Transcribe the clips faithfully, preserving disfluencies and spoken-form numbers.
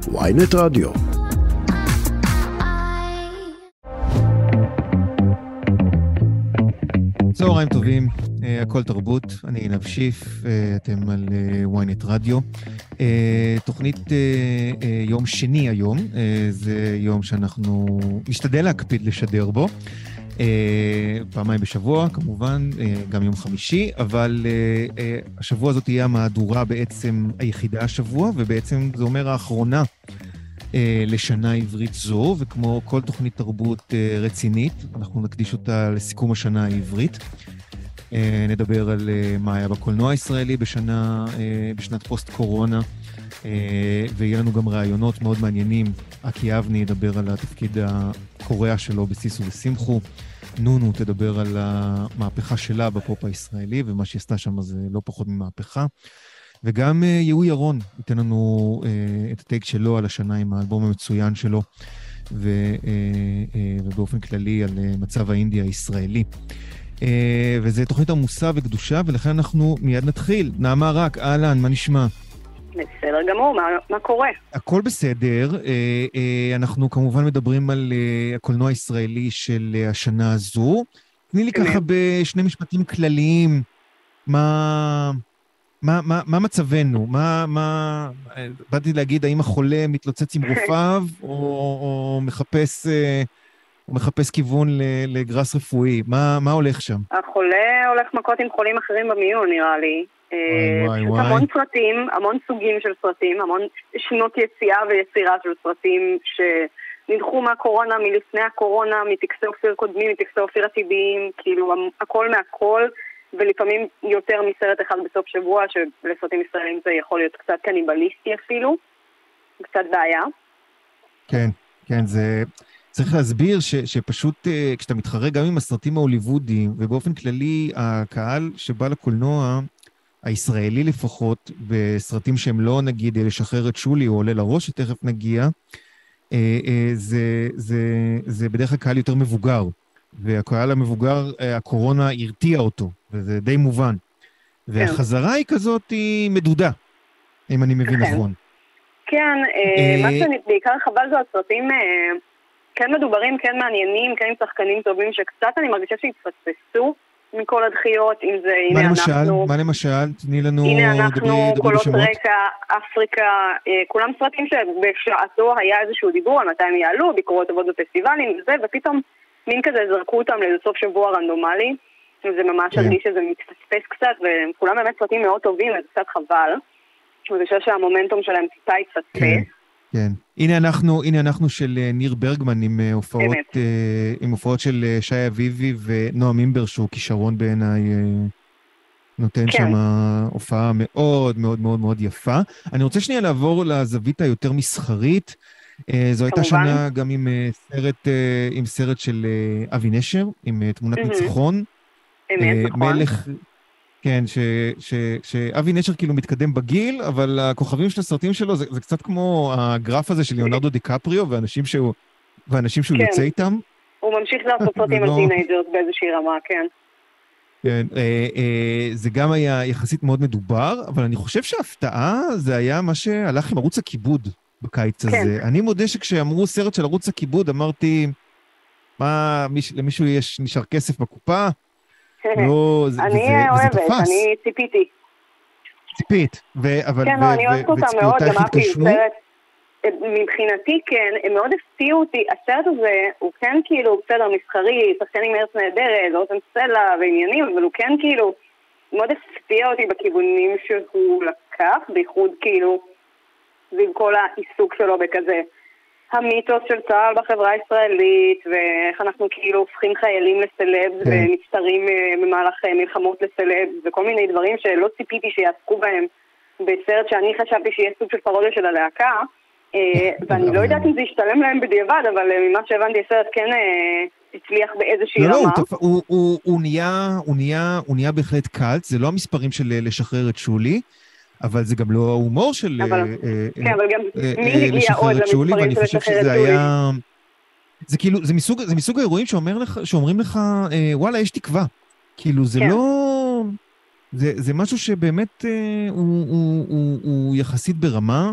וויינט רדיו. צהריים טובים, הכל תרבות, אני עינב שיף, אתם על וויינט רדיו. תוכנית יום שני היום, זה יום שאנחנו משתדל להקפיד לשדר בו. פעמיים בשבוע, כמובן, גם יום חמישי, אבל השבוע הזאת תהיה המהדורה בעצם היחידה השבוע, ובעצם זה אומר האחרונה לשנה עברית זו, וכמו כל תוכנית תרבות רצינית, אנחנו נקדיש אותה לסיכום השנה העברית. נדבר על מה היה בקולנוע הישראלי בשנה, בשנת פוסט קורונה, ויהיה לנו גם רעיונות מאוד מעניינים. אקי אבני ידבר על התפקיד הקורע שלו בסיסו ושמחו. נונו תדבר על המהפכה שלה בפופ הישראלי, ומה שעשתה שם זה לא פחות ממהפכה. וגם יהוא ירון ייתן לנו את הטייק שלו על השנה עם האלבום המצוין שלו, ובאופן כללי על מצב האינדי הישראלי. וזה תוכנית עמוסה וקדושה, ולכן אנחנו מיד נתחיל. נעמה רק, אהלן, מה נשמע? בסדר גמור, מה, מה קורה? הכל בסדר. אנחנו כמובן מדברים על הקולנוע הישראלי של השנה הזו. תני לי ככה בשני משפטים כלליים, מה... מה, מה, מה מצבנו? מה, מה, באתי להגיד, האם החולה מתלוצץ עם רופאיו, או, או מחפש, או מחפש כיוון לגרס רפואי? מה, מה הולך שם? החולה הולך מכות עם חולים אחרים במיון, נראה לי. וואי, וואי. המון סרטים, המון סוגים של סרטים, המון שנות יציאה ויצירה של סרטים שנדחו מהקורונה, מלפני הקורונה, מטקסי אופיר קודמים, מטקסי אופיר עתידיים, כאילו הכל מהכל. ולפעמים יותר מסרט אחד בסוף שבוע, שלסרטים ישראלים זה יכול להיות קצת קניבליסטי אפילו, קצת בעיה. כן, כן, זה... צריך להסביר ש, שפשוט כשאתה מתחרה גם עם הסרטים ההוליוודיים, ובאופן כללי הקהל שבא לקולנוע, הישראלי לפחות, בסרטים שהם לא נגיד לשחרר את שולי או עולה לראש, שתכף נגיע, זה, זה, זה בדרך כלל קהל יותר מבוגר. והקהל המבוגר, הקורונה הרתיעה אותו, וזה די מובן. והחזרה היא כזאת, היא מדודה, אם אני מבין נכון. כן, מה שאני בעיקר חבל זה הסרטים כן מדוברים, כן מעניינים, כן עם שחקנים טובים, שקצת אני מרגישה שהתפספסו מכל הדחיות, אם זה, הנה אנחנו... מה למשל? תני לנו... הנה אנחנו, קולות רקע, אפריקה, כולם סרטים שבשעתו היה איזשהו דיבור על מתי הם יעלו, ביקורות עבוד בפסטיבלים וזה, ופתאום מין כזה זרקו אותם לאיזה סוף שבוע רנדומלי, וזה ממש הרגיש שזה מתפספס קצת, וכולם באמת סרטים מאוד טובים, וזה קצת חבל. ואני חושב שהמומנטום שלהם טיפה התפספס. כן, כן. הנה אנחנו, הנה אנחנו של ניר ברגמן, עם הופעות, עם הופעות של שי אביבי ונועם אימבר, שהוא כישרון בעיניי נותן שם הופעה מאוד מאוד מאוד מאוד יפה. אני רוצה שנייה לעבור לזווית היותר מסחרית. זו הייתה שנה גם עם סרט, עם סרט של אבי נשר, עם תמונת ניצחון. מלך, כן, שאבי נשר כאילו מתקדם בגיל, אבל הכוכבים של הסרטים שלו, זה קצת כמו הגרף הזה של ליאונרדו דיקפריו, ואנשים שהוא יוצא איתם. הוא ממשיך לעשות סרטים על טינאג'רס באיזושהי רמה, כן. כן, זה גם היה יחסית מאוד מדובר, אבל אני חושב שההפתעה זה היה מה שהלך עם ערוץ הכיבוד. בקיץ הזה. אני מודה שכשאמרו סרט של ערוץ הכיבוד, אמרתי, מה, למישהו יש, נשאר כסף בקופה? לא, זה תפס. אני אוהבת, אני ציפיתי. ציפית, אבל... כן, אני אוהבת אותה מאוד, אמרתי, סרט, מבחינתי כן, הם מאוד הפתיעו אותי, הסרט הזה הוא כן כאילו בסדר מסחרי, שחקנים ארץ נהדרת, ואוזן סלע ועניינים, אבל הוא כן כאילו, מאוד הפתיע אותי בכיוונים שהוא לקח, בייחוד כאילו, ועם כל העיסוק שלו בכזה המיתוס של צה"ל בחברה הישראלית, ואיך אנחנו כאילו הופכים חיילים לסלב ומצטרים במהלך מלחמות לסלב, וכל מיני דברים שלא ציפיתי שיעסקו בהם בסרט שאני חשבתי שיהיה סוג של פרודיה של הלהקה, ואני לא יודעת אם זה ישתלם להם בדיעבד, אבל ממה שהבנתי הסרט כן הצליח באיזושהי רמה. לא, לא, הוא נהיה בהחלט קלט, זה לא המספרים של לשחרר את שולי, אבל זה גם לא ההומור של כן, אבל גם מי הגיע עוד למספרים של לשחרר את שולי? זה כאילו, זה מסוג, זה מסוג האירועים שאומר לך, שאומרים לך, וואלה, יש תקווה. כאילו, זה לא... זה, זה משהו שבאמת הוא, הוא, הוא, הוא יחסית ברמה,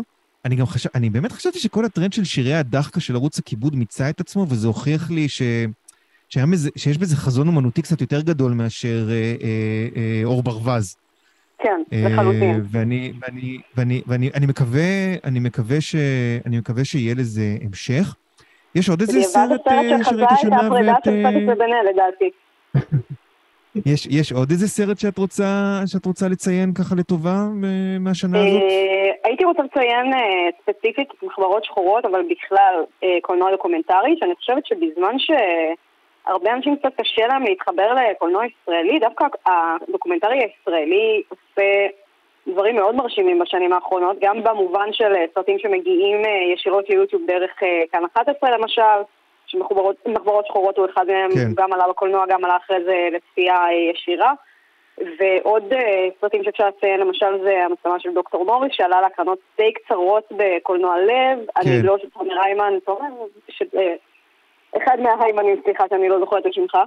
אני גם חשב, אני באמת חשבתי שכל הטרנד של שירי הדחקה של ערוץ הכיבוד מיצה את עצמו, וזה הוכיח לי ש... מזה, שיש בזה חזון אומנותי קצת יותר גדול מאשר אה, אה, אה, אור ברווז. כן, לחלוטין. ואני, ואני, ואני, ואני, אני מקווה, אני מקווה ש, אני מקווה שיהיה לזה המשך. יש עוד איזה סרט שראית השנה ואת... הפרידה של פטיס ובנה, לדעתי. יש, יש עוד איזה סרט שאת רוצה, שאת רוצה לציין ככה לטובה מהשנה הזאת? הייתי רוצה לציין ספציפית מחברות שחורות, אבל בכלל קולנוע דוקומנטרי, שאני חושבת שבזמן שהרבה אנשים קצת קשה להם להתחבר לקולנוע ישראלי, דווקא הדוקומנטרי הישראלי עושה דברים מאוד מרשימים בשנים האחרונות, גם במובן של סרטים שמגיעים ישירות ליוטיוב דרך כאן אחת עשרה למשל, שמחברות שחורות הוא אחד מהם, כן. גם עלה בקולנוע, גם עלה אחרי זה לצפייה ישירה. ועוד סרטים שאפשר לציין, למשל זה המצלמה של דוקטור מוריס, שעלה להקרנות די קצרות בקולנוע לב. כן. אני לא של תומר היימן, תומר, ש... אחד מההיימנים, סליחה שאני לא זוכרת את שמך.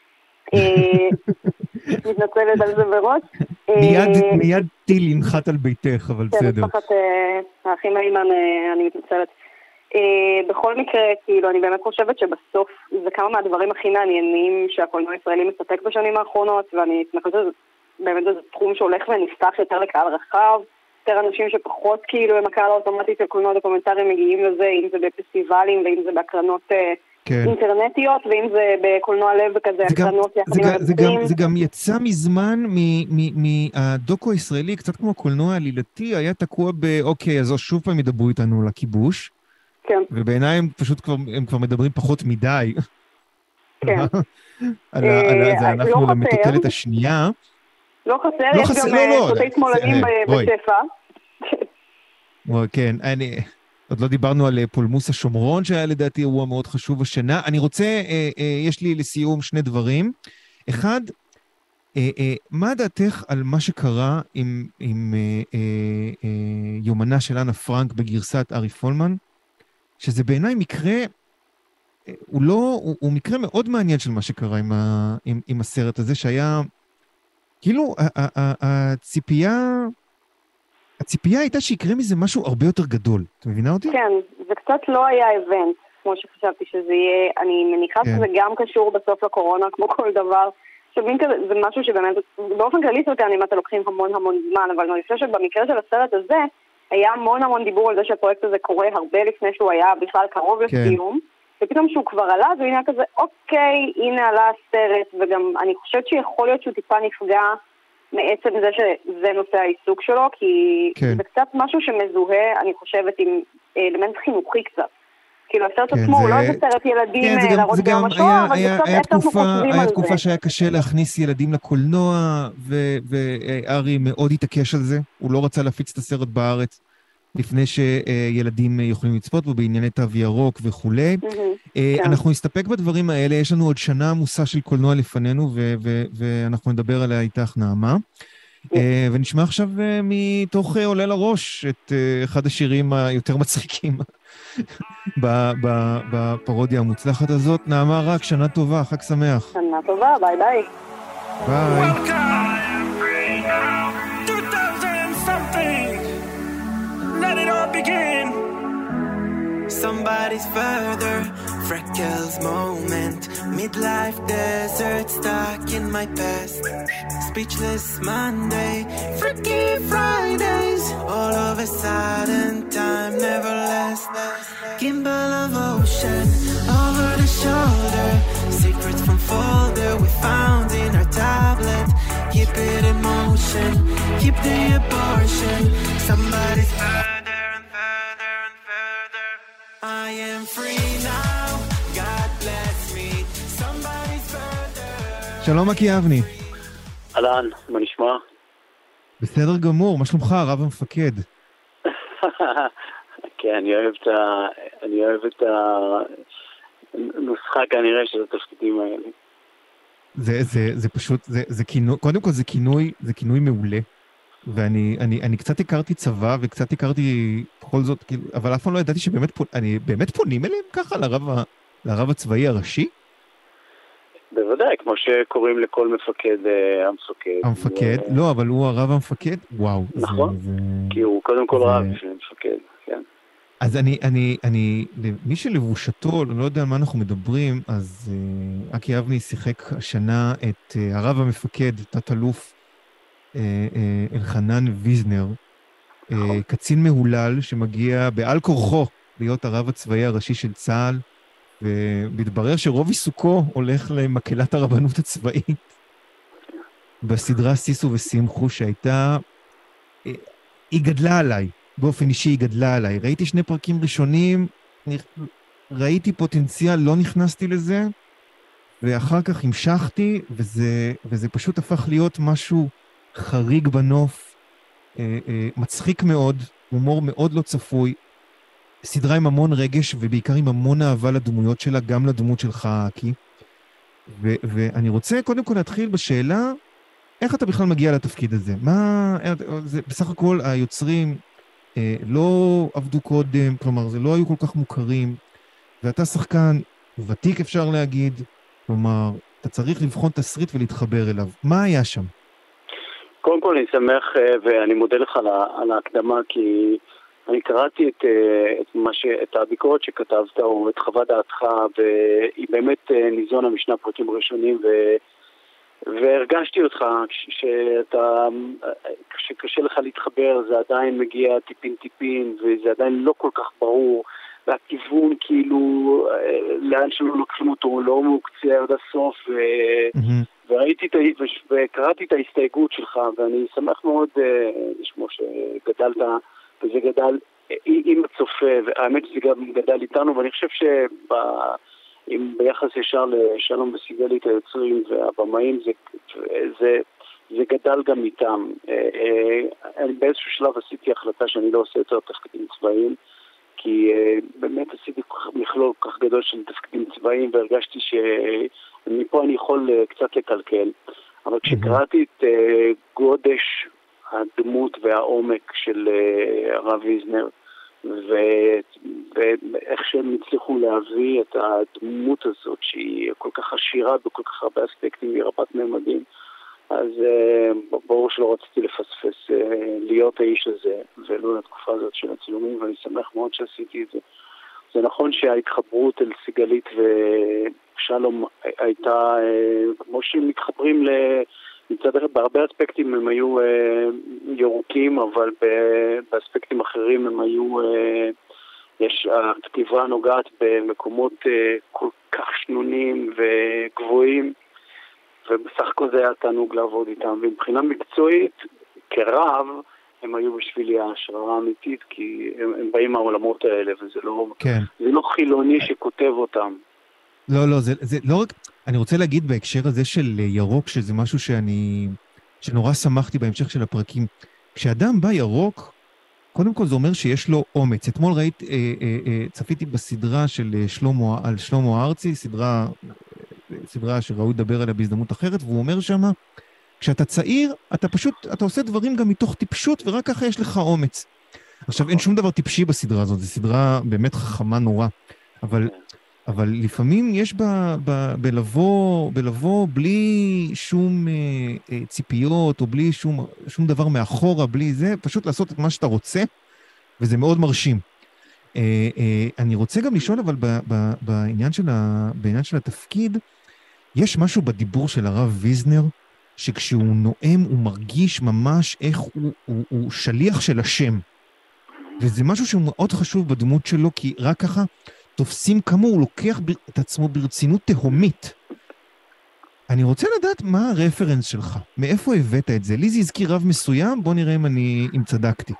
מתנצלת על זה בראש. מיד, מיד טיל ינחת על ביתך, אבל בסדר. כן, משפחת האחים היימן, אני מתנצלת. Uh, בכל מקרה, כאילו, אני באמת חושבת שבסוף זה כמה מהדברים הכי מעניינים שהקולנוע הישראלי מספק בשנים האחרונות, ואני מתנקזת באמת זה תחום שהולך ונפתח יותר לקהל רחב, יותר אנשים שפחות כאילו הם הקהל האוטומטי של קולנוע דוקומנטרי מגיעים לזה, אם זה בפסטיבלים ואם זה בהקרנות uh, כן. אינטרנטיות, ואם זה בקולנוע לב וכזה הקרנות יחד עם המבצעים. זה גם יצא מזמן מהדוקו הישראלי, קצת כמו הקולנוע העלילתי, היה תקוע באוקיי, אז שוב פעם ידברו איתנו לכיבוש. כן. ובעיניי הם פשוט כבר, הם כבר מדברים פחות מדי. כן. על זה אנחנו למטוטלת השנייה. לא חסר, יש גם סרטי שמאלנים בשפע. כן, אני, עוד לא דיברנו על פולמוס השומרון, שהיה לדעתי אירוע מאוד חשוב השנה. אני רוצה, יש לי לסיום שני דברים. אחד, מה דעתך על מה שקרה עם יומנה של אנה פרנק בגרסת ארי פולמן? שזה בעיניי מקרה, הוא לא, הוא, הוא מקרה מאוד מעניין של מה שקרה עם, ה, עם, עם הסרט הזה, שהיה, כאילו, הציפייה, הציפייה הייתה שיקרה מזה משהו הרבה יותר גדול. את מבינה אותי? כן, זה קצת לא היה איבנט, כמו שחשבתי שזה יהיה, אני מניחה כן. שזה גם קשור בסוף לקורונה, כמו כל דבר, שבין כזה, זה משהו שבאמת, באופן כללי סרטים אתה לוקחים המון המון זמן, אבל אני חושב שבמקרה של הסרט הזה, היה המון המון דיבור על זה שהפרויקט הזה קורה הרבה לפני שהוא היה בכלל קרוב לסיום, כן. ופתאום שהוא כבר עלה, זה היה כזה, אוקיי, הנה עלה הסרט, וגם אני חושבת שיכול להיות שהוא טיפה נפגע מעצם זה שזה נושא העיסוק שלו, כי כן. זה קצת משהו שמזוהה, אני חושבת, עם אלמנט חינוכי קצת. כאילו, הסרט כן, עצמו זה... הוא לא איזה סרט ילדים כן, להראות גם משהו, אבל זה קצת איך אנחנו חושבים על זה. היה תקופה שהיה קשה להכניס ילדים לקולנוע, וארי מאוד התעקש על זה. הוא לא רצה להפיץ את הסרט בארץ, לפני שילדים יכולים לצפות בו, בענייני תו ירוק וכולי. אנחנו נסתפק בדברים האלה, יש לנו עוד שנה עמוסה של קולנוע לפנינו, ואנחנו נדבר עליה איתך, נעמה. ונשמע עכשיו מתוך עולה לראש את אחד השירים היותר מצחיקים בפרודיה המוצלחת הזאת. נעמה רק, שנה טובה, חג שמח. שנה טובה, ביי ביי. ביי. Let it all begin. Somebody's further, freckles moment, midlife desert stuck in my past. Speechless Monday, freaky Fridays, all of a sudden time never lasts. Gimbal of ocean, over the shoulder, secrets from folder we found in our tablet. Keep it in motion, keep the abortion. Somebody's further and further and further. I am free now, God bless me. Somebody's further. שלום אקי אבני. אהלן, מה נשמע? בסדר גמור, מה שלומך, רב המפקד? כן, אני אוהב את ה... אני אוהב את הנוסחה כנראה של התפקידים האלה. זה, זה, זה פשוט, זה, זה כינוי, קודם כל זה כינוי, זה כינוי מעולה. ואני, אני, אני קצת הכרתי צבא וקצת הכרתי בכל זאת, כאילו, אבל אף פעם לא ידעתי שבאמת פונים, אני באמת פונים אליהם ככה לרב, לרב הצבאי הראשי? בוודאי, כמו שקוראים לכל מפקד, המפקד. המפקד, לא, אבל הוא הרב המפקד? וואו. נכון, כי הוא קודם כל רב של מפקד, כן. אז אני, אני, אני, מי שלבושתו, לא יודע על מה אנחנו מדברים, אז uh, אקי אבני שיחק השנה את uh, הרב המפקד, תת-אלוף uh, uh, אלחנן ויזנר, uh, קצין מהולל שמגיע בעל כורחו להיות הרב הצבאי הראשי של צה"ל, ומתברר שרוב עיסוקו הולך למקהלת הרבנות הצבאית, בסדרה סיסו וסימחו, שהייתה, uh, היא גדלה עליי. באופן אישי היא גדלה עליי. ראיתי שני פרקים ראשונים, ראיתי פוטנציאל, לא נכנסתי לזה, ואחר כך המשכתי, וזה, וזה פשוט הפך להיות משהו חריג בנוף, אה, אה, מצחיק מאוד, הומור מאוד לא צפוי, סדרה עם המון רגש, ובעיקר עם המון אהבה לדמויות שלה, גם לדמות שלך, אקי. ו- ואני רוצה קודם כל להתחיל בשאלה, איך אתה בכלל מגיע לתפקיד הזה? מה, זה, בסך הכל היוצרים, לא עבדו קודם, כלומר, זה לא היו כל כך מוכרים, ואתה שחקן ותיק אפשר להגיד, כלומר, אתה צריך לבחון תסריט ולהתחבר אליו. מה היה שם? קודם כל אני שמח ואני מודה לך על ההקדמה, כי אני קראתי את, את, מה ש, את הביקורת שכתבת, או את חוות דעתך, והיא באמת ניזונה משני הפרקים הראשונים, ו... והרגשתי אותך שאתה, שקשה לך להתחבר, זה עדיין מגיע טיפין טיפין, וזה עדיין לא כל כך ברור, והכיוון כאילו, לאן שלא לוקחים אותו, לא מוקצה עד הסוף, ו... mm-hmm. וראיתי את, וקראתי את ההסתייגות שלך, ואני שמח מאוד לשמוע שגדלת, וזה גדל עם הצופה, והאמת שזה גם גדל איתנו, ואני חושב שב... אם ביחס ישר לשלום וסיגלית היוצרים והבמאים, זה, זה, זה גדל גם איתם. אני באיזשהו שלב עשיתי החלטה שאני לא עושה יותר תפקידים צבאיים, כי באמת עשיתי מכלול כך גדול של תפקידים צבאיים, והרגשתי שמפה אני יכול קצת לקלקל. אבל כשקראתי את גודש הדמות והעומק של הרב ויזנר, ואיך שהם הצליחו להביא את הדמות הזאת שהיא כל כך עשירה בכל כך הרבה אספקטים מרבת ממדים, אז ברור שלא רציתי לפספס להיות האיש הזה ולא לתקופה הזאת של הצילומים, ואני שמח מאוד שעשיתי את זה. זה נכון שההתחברות אל סיגלית ושלום הייתה כמו שהם מתחברים ל... מצד אחד, בהרבה אספקטים הם היו אה, ירוקים, אבל באספקטים אחרים הם היו, אה, יש, הכתיבה נוגעת במקומות אה, כל כך שנונים וגבוהים, ובסך הכל זה היה תענוג לעבוד איתם. ומבחינה מקצועית, כרב, הם היו בשבילי ההשראה האמיתית, כי הם, הם באים מהעולמות האלה, וזה לא, כן. זה לא חילוני שכותב אותם. לא, לא, זה, זה לא רק, אני רוצה להגיד בהקשר הזה של ירוק, שזה משהו שאני, שנורא שמחתי בהמשך של הפרקים. כשאדם בא ירוק, קודם כל זה אומר שיש לו אומץ. אתמול ראית, אה, אה, אה, צפיתי בסדרה של שלמה, על שלמה ארצי, סדרה, סדרה שראוי לדבר עליה בהזדמנות אחרת, והוא אומר שמה, כשאתה צעיר, אתה פשוט, אתה עושה דברים גם מתוך טיפשות, ורק ככה יש לך אומץ. עכשיו, אין שום דבר טיפשי בסדרה הזאת, זו סדרה באמת חכמה נורא, אבל... אבל לפעמים יש ב, ב, בלבוא, בלבוא בלי שום אה, אה, ציפיות, או בלי שום, שום דבר מאחורה, בלי זה, פשוט לעשות את מה שאתה רוצה, וזה מאוד מרשים. אה, אה, אני רוצה גם לשאול, אבל ב, ב, בעניין, של ה, בעניין של התפקיד, יש משהו בדיבור של הרב ויזנר, שכשהוא נואם הוא מרגיש ממש איך הוא, הוא, הוא שליח של השם. וזה משהו שהוא מאוד חשוב בדמות שלו, כי רק ככה, תופסים כמה הוא לוקח את עצמו ברצינות תהומית. אני רוצה לדעת מה הרפרנס שלך, מאיפה הבאת את זה? לי זה הזכיר רב מסוים, בוא נראה אם אני, אם צדקתי.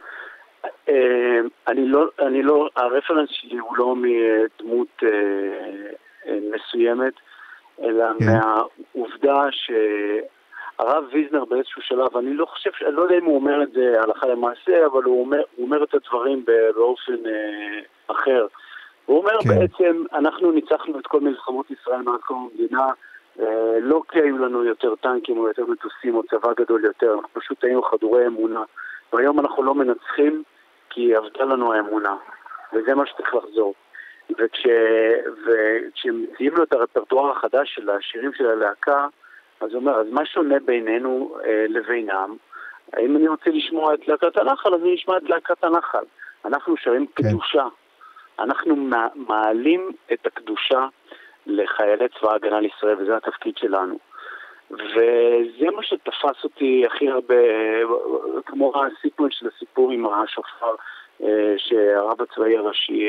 אני לא, אני לא, הרפרנס שלי הוא לא מדמות מסוימת, אלא מהעובדה שהרב ויזנר באיזשהו שלב, אני לא חושב, אני לא יודע אם הוא אומר את זה הלכה למעשה, אבל הוא אומר, הוא אומר את הדברים באופן אחר. הוא אומר כן. בעצם, אנחנו ניצחנו את כל מלחמות ישראל מאז קום המדינה, אה, לא כי היו לנו יותר טנקים או יותר מטוסים או צבא גדול יותר, אנחנו פשוט היינו חדורי אמונה. והיום אנחנו לא מנצחים כי עבדה לנו האמונה, וזה מה שצריך לחזור. וכש, וכשמציעים לו את הרפרטואר החדש של השירים של הלהקה, אז הוא אומר, אז מה שונה בינינו אה, לבינם? האם אני רוצה לשמוע את להקת הנחל, אז אני אשמע את להקת הנחל. אנחנו שרים קדושה. אנחנו מעלים את הקדושה לחיילי צבא ההגנה לישראל, וזה התפקיד שלנו. וזה מה שתפס אותי הכי הרבה, כמו הסיפור של הסיפור עם השופר, שהרב הצבאי הראשי,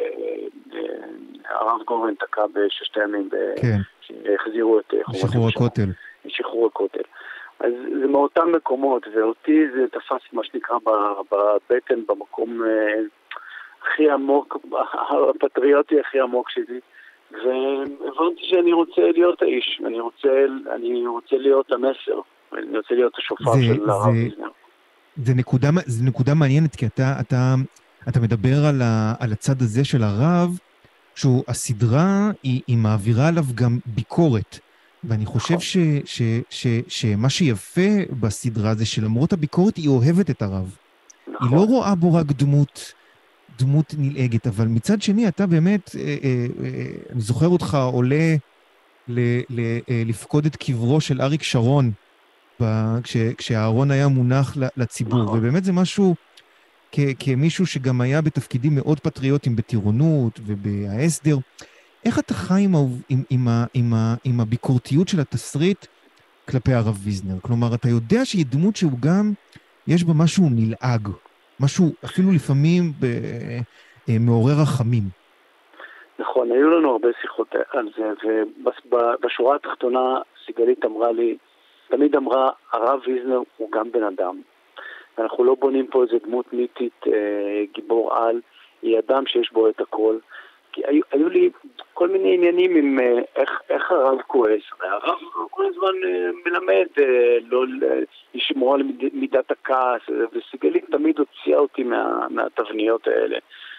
הרב גורן, תקע בששת הימים, שהחזירו את שחרור הכותל. שחרור הכותל. אז זה מאותם מקומות, ואותי זה תפס מה שנקרא בבטן, במקום הכי עמוק, הפטריוטי הכי עמוק שלי. והבנתי שאני רוצה להיות האיש, אני רוצה, אני רוצה להיות המסר, אני רוצה להיות השופר זה, של הרב ויזנר. זה נקודה, זה נקודה מעניינת, כי אתה, אתה, אתה מדבר על, ה, על הצד הזה של הרב, שהוא, הסדרה היא, היא מעבירה עליו גם ביקורת, ואני חושב ש, ש, ש, ש, שמה שיפה בסדרה זה שלמרות הביקורת היא אוהבת את הרב. נכון. היא לא רואה בו רק דמות, דמות נלעגת, אבל מצד שני אתה באמת, אה, אה, אה, אני זוכר אותך עולה ל, ל, אה, לפקוד את קברו של אריק שרון, ב, כש, כשהארון היה מונח לציבור, נכון. ובאמת זה משהו, כ, כמישהו שגם היה בתפקידים מאוד פטריוטיים בטירונות ובהסדר, איך אתה חי עם, עם, עם, עם, עם הביקורתיות של התסריט כלפי הרב ויזנר? כלומר, אתה יודע שהיא דמות שהוא גם, יש בה משהו נלעג, משהו אפילו לפעמים ב, מעורר רחמים. נכון, היו לנו הרבה שיחות על זה, ובשורה התחתונה סיגלית אמרה לי, תמיד אמרה, הרב ויזנר הוא גם בן אדם. אנחנו לא בונים פה איזה דמות מיתית, גיבור על, היא אדם שיש בו את הכל. כי היו, היו לי כל מיני עניינים עם איך, איך הרב כועס. הרב כל הזמן מלמד לא לשמור על מידת הכעס, וסיגלית תמיד הוציאה אותי מה, מהתבניות האלה.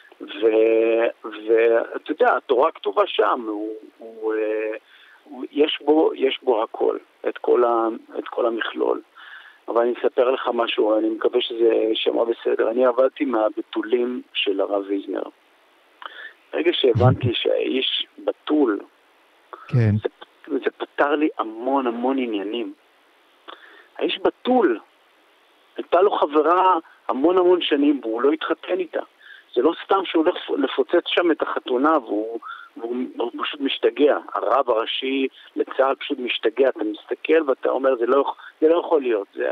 ואתה יודע, התורה כתובה שם, הוא, הוא, הוא, יש בו, יש בו הכל, את כל, ה, את כל המכלול. אבל אני אספר לך משהו, אני מקווה שזה שמע בסדר. אני עבדתי מהבתולים של הרב ויזנר. ברגע שהבנתי שהאיש בטול, כן. זה, זה פתר לי המון המון עניינים. האיש בטול, הייתה לו חברה המון המון שנים, והוא לא התחתן איתה. זה לא סתם שהוא הולך לפוצץ שם את החתונה, והוא, והוא, והוא פשוט משתגע. הרב הראשי לצה"ל פשוט משתגע. אתה מסתכל ואתה אומר, זה לא, זה לא יכול להיות. זה,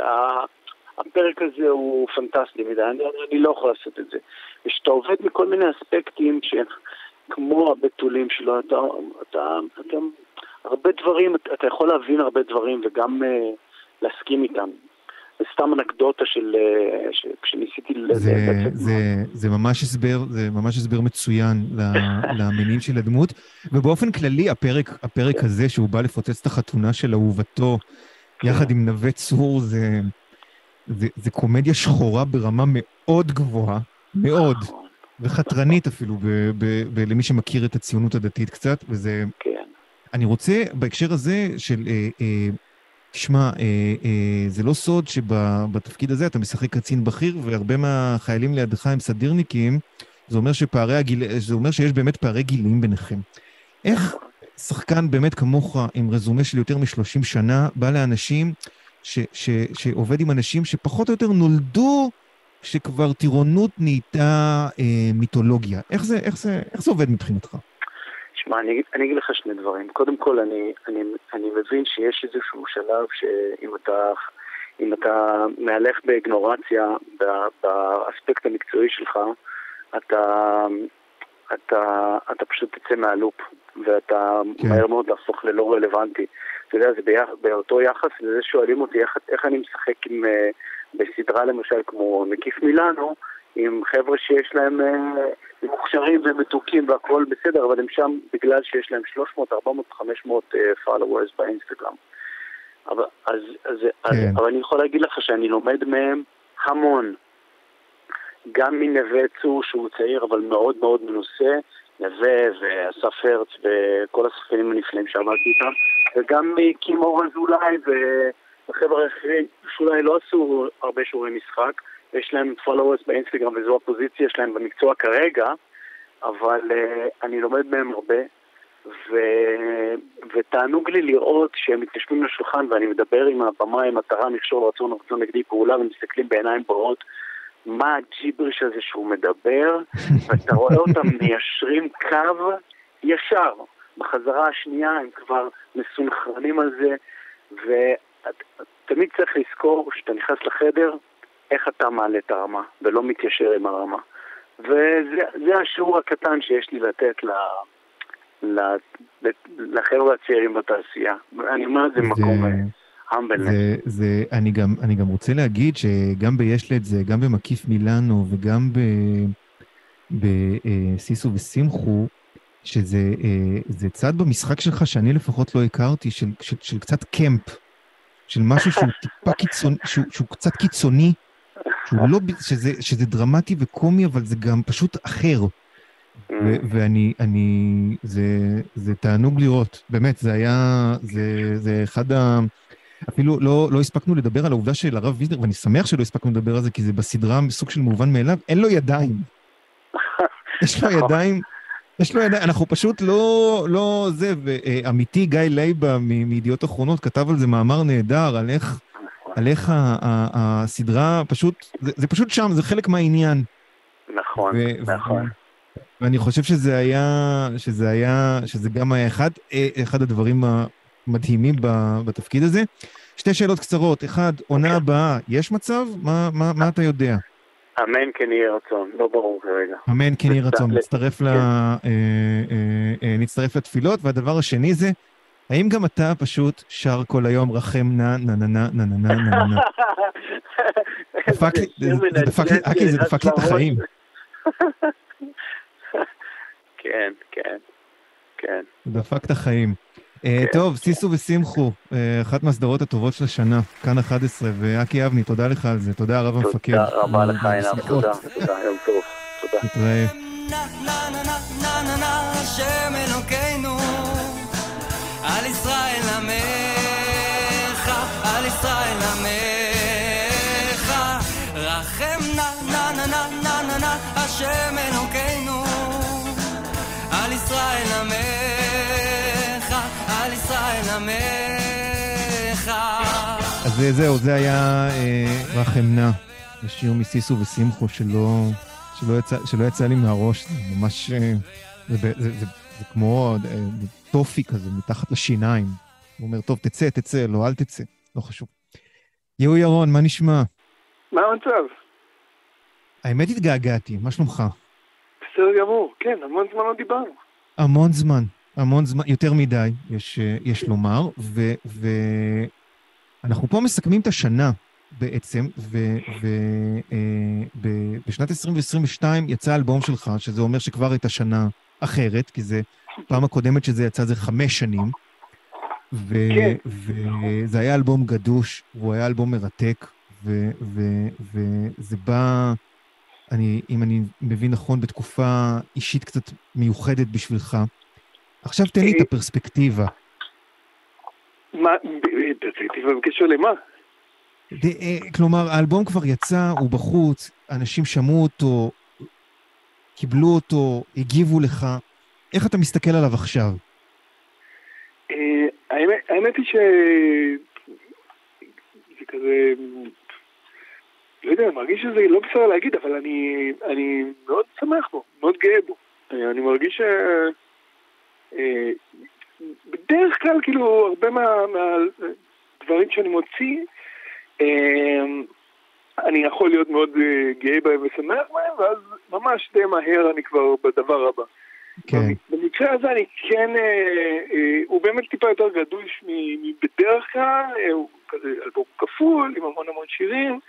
הפרק הזה הוא פנטסטי מדי, אני, אני לא יכול לעשות את זה. ושאתה עובד מכל מיני אספקטים שכמו הבתולים שלו, אתה, אתה, אתה, הרבה דברים, אתה יכול להבין הרבה דברים וגם uh, להסכים איתם. זה סתם אנקדוטה של, uh, שניסיתי זה, לצאת. זה, זה ממש הסבר, זה ממש הסבר מצוין למינין של הדמות, ובאופן כללי הפרק, הפרק הזה שהוא בא לפוצץ את החתונה של אהובתו, יחד עם נווה צור, זה... זה, זה קומדיה שחורה ברמה מאוד גבוהה, מאוד, וחתרנית אפילו, ב, ב, ב, למי שמכיר את הציונות הדתית קצת, וזה... כן. אני רוצה, בהקשר הזה של... אה, אה, תשמע, אה, אה, זה לא סוד שבתפקיד הזה אתה משחק קצין בכיר, והרבה מהחיילים לידך הם סדירניקים, זה אומר שפערי הגיל... זה אומר שיש באמת פערי גילאים ביניכם. איך שחקן באמת כמוך, עם רזומה של יותר מ-שלושים שנה, בא לאנשים... ש, ש, שעובד עם אנשים שפחות או יותר נולדו שכבר טירונות נהייתה אה, מיתולוגיה. איך זה, איך זה, איך זה עובד מבחינתך? שמע, אני, אני אגיד לך שני דברים. קודם כל, אני, אני, אני מבין שיש איזשהו שלב שאם אתה, אם אתה מהלך באגנורציה באספקט המקצועי שלך, אתה, אתה, אתה פשוט תצא מהלופ, ואתה כן. מהר מאוד להפוך ללא רלוונטי. אתה יודע, זה ביח, באותו יחס, וזה שואלים אותי איך, איך אני משחק עם, uh, בסדרה למשל כמו מקיף מילאנו, עם חבר'ה שיש להם uh, מוכשרים ומתוקים והכל בסדר, אבל הם שם בגלל שיש להם שלוש מאות, ארבע מאות, חמש מאות uh, followers באינסטגרם. אבל, אז, אז, כן. אז, אבל אני יכול להגיד לך שאני לומד מהם המון. גם מנווה צור שהוא צעיר אבל מאוד מאוד מנוסה, נווה ואסף הרץ וכל השחקנים הנפלאים שעמדתי איתם, וגם קימור אזולאי וחבר'ה אחרים שאולי לא עשו הרבה שיעורי משחק, יש להם followers באינסטגרם וזו הפוזיציה שלהם במקצוע כרגע, אבל uh, אני לומד מהם הרבה, ו... ותענוג לי לראות שהם מתיישבים לשולחן ואני מדבר עם הבמה, עם מטרה, מכשול, רצון, רצון נגדי פעולה, ומסתכלים בעיניים בורות מה הג'יבריש הזה שהוא מדבר, ואתה רואה אותם מיישרים קו ישר. בחזרה השנייה הם כבר מסונכרנים על זה, ותמיד צריך לזכור שאתה נכנס לחדר, איך אתה מעלה את הרמה, ולא מתיישר עם הרמה. וזה השיעור הקטן שיש לי לתת ל... לחבר'ה הצעירים בתעשייה. אני אומר את זה במקום המבלנס. אני גם, אני גם רוצה להגיד שגם ביש לת זה, גם במקיף מילאנו וגם בסיסו ושמחו, שזה זה צד במשחק שלך שאני לפחות לא הכרתי, של, של, של קצת קמפ, של משהו שהוא טיפה קיצוני, שהוא, שהוא קצת קיצוני, שהוא לא, שזה, שזה דרמטי וקומי, אבל זה גם פשוט אחר. ואני, אני, זה, זה תענוג לראות, באמת, זה היה, זה, זה אחד ה... אפילו לא, לא הספקנו לדבר על העובדה של הרב ויזנר, ואני שמח שלא הספקנו לדבר על זה, כי זה בסדרה מסוג של מובן מאליו, אין לו ידיים. יש לו ידיים, יש לו ידיים, אנחנו פשוט לא, לא זה, ואמיתי גיא לייבה מידיעות אחרונות כתב על זה מאמר נהדר, על איך, על איך הסדרה פשוט, זה, זה פשוט שם, זה חלק מהעניין. נכון, נכון. ואני חושב שזה היה, שזה היה, שזה גם היה אחד, אחד הדברים המדהימים בתפקיד הזה. שתי שאלות קצרות. אחד, עונה הבאה, יש מצב? מה, מה, מה אתה יודע? אמן כן יהיה רצון, לא ברור כרגע. אמן כן יהיה רצון, נצטרף, ל, אה, אה, אה, נצטרף לתפילות. והדבר השני זה, האם גם אתה פשוט שר כל היום רחם נא נא נא נא נא נא נא נא? דפק לי, זה דפק לי, אקי, זה דפק לי את החיים. כן, כן, כן. דפק את החיים. טוב, סיסו ושמחו, אחת מהסדרות הטובות של השנה, כאן אחת עשרה, ואקי אבני, תודה לך על זה, תודה רב המפקד. תודה רבה לך, עינב, תודה, תודה, יום טוב, תודה. תתראה. השם אלוקינו, על ישראל עמך, על ישראל עמך, רחם נא נא נא נא נא נא נא, השם אלוקינו, על ישראל עמך, על ישראל עמך. אז זהו, זה היה רחם נא, השיר מסיסו ושמחו שלא, שלא יצא, שלא יצא לי מהראש, זה ממש, זה, זה, זה, זה, זה כמו טופי כזה, מתחת לשיניים. הוא אומר, טוב, תצא, תצא, לא, אל תצא, לא חשוב. יהוא ירון, מה נשמע? מה המצב? האמת התגעגעתי, מה שלומך? בסדר גמור, כן, המון זמן לא דיברנו. המון זמן, המון זמן, יותר מדי, יש, יש לומר, ואנחנו פה מסכמים את השנה בעצם, ובשנת עשרים עשרים ושתיים יצא האלבום שלך, שזה אומר שכבר הייתה שנה אחרת, כי זה פעם הקודמת שזה יצא זה חמש שנים, וזה היה אלבום גדוש, והוא היה אלבום מרתק, וזה בא, אני, אם אני מבין נכון, בתקופה אישית קצת מיוחדת בשבילך. עכשיו תן לי את הפרספקטיבה. מה, פרספקטיבה בקשר למה? כלומר, האלבום כבר יצא, הוא בחוץ, אנשים שמעו אותו, קיבלו אותו, הגיבו לך. איך אתה מסתכל עליו עכשיו? האמת היא ש... זה כזה... לא יודע, אני מרגיש שזה לא בסדר להגיד, אבל אני, אני מאוד שמח בו, מאוד גאה בו. אני מרגיש ש... בדרך כלל, כאילו, הרבה מהדברים שאני מוציא, אני יכול להיות מאוד גאה בהם ושמח בהם, ואז ממש די מהר אני כבר בדבר הבא. כן. במקרה הזה אני כן, הוא באמת טיפה יותר גדוש מבדרך כלל, הוא כזה אלבום כפול, עם המון המון שירים,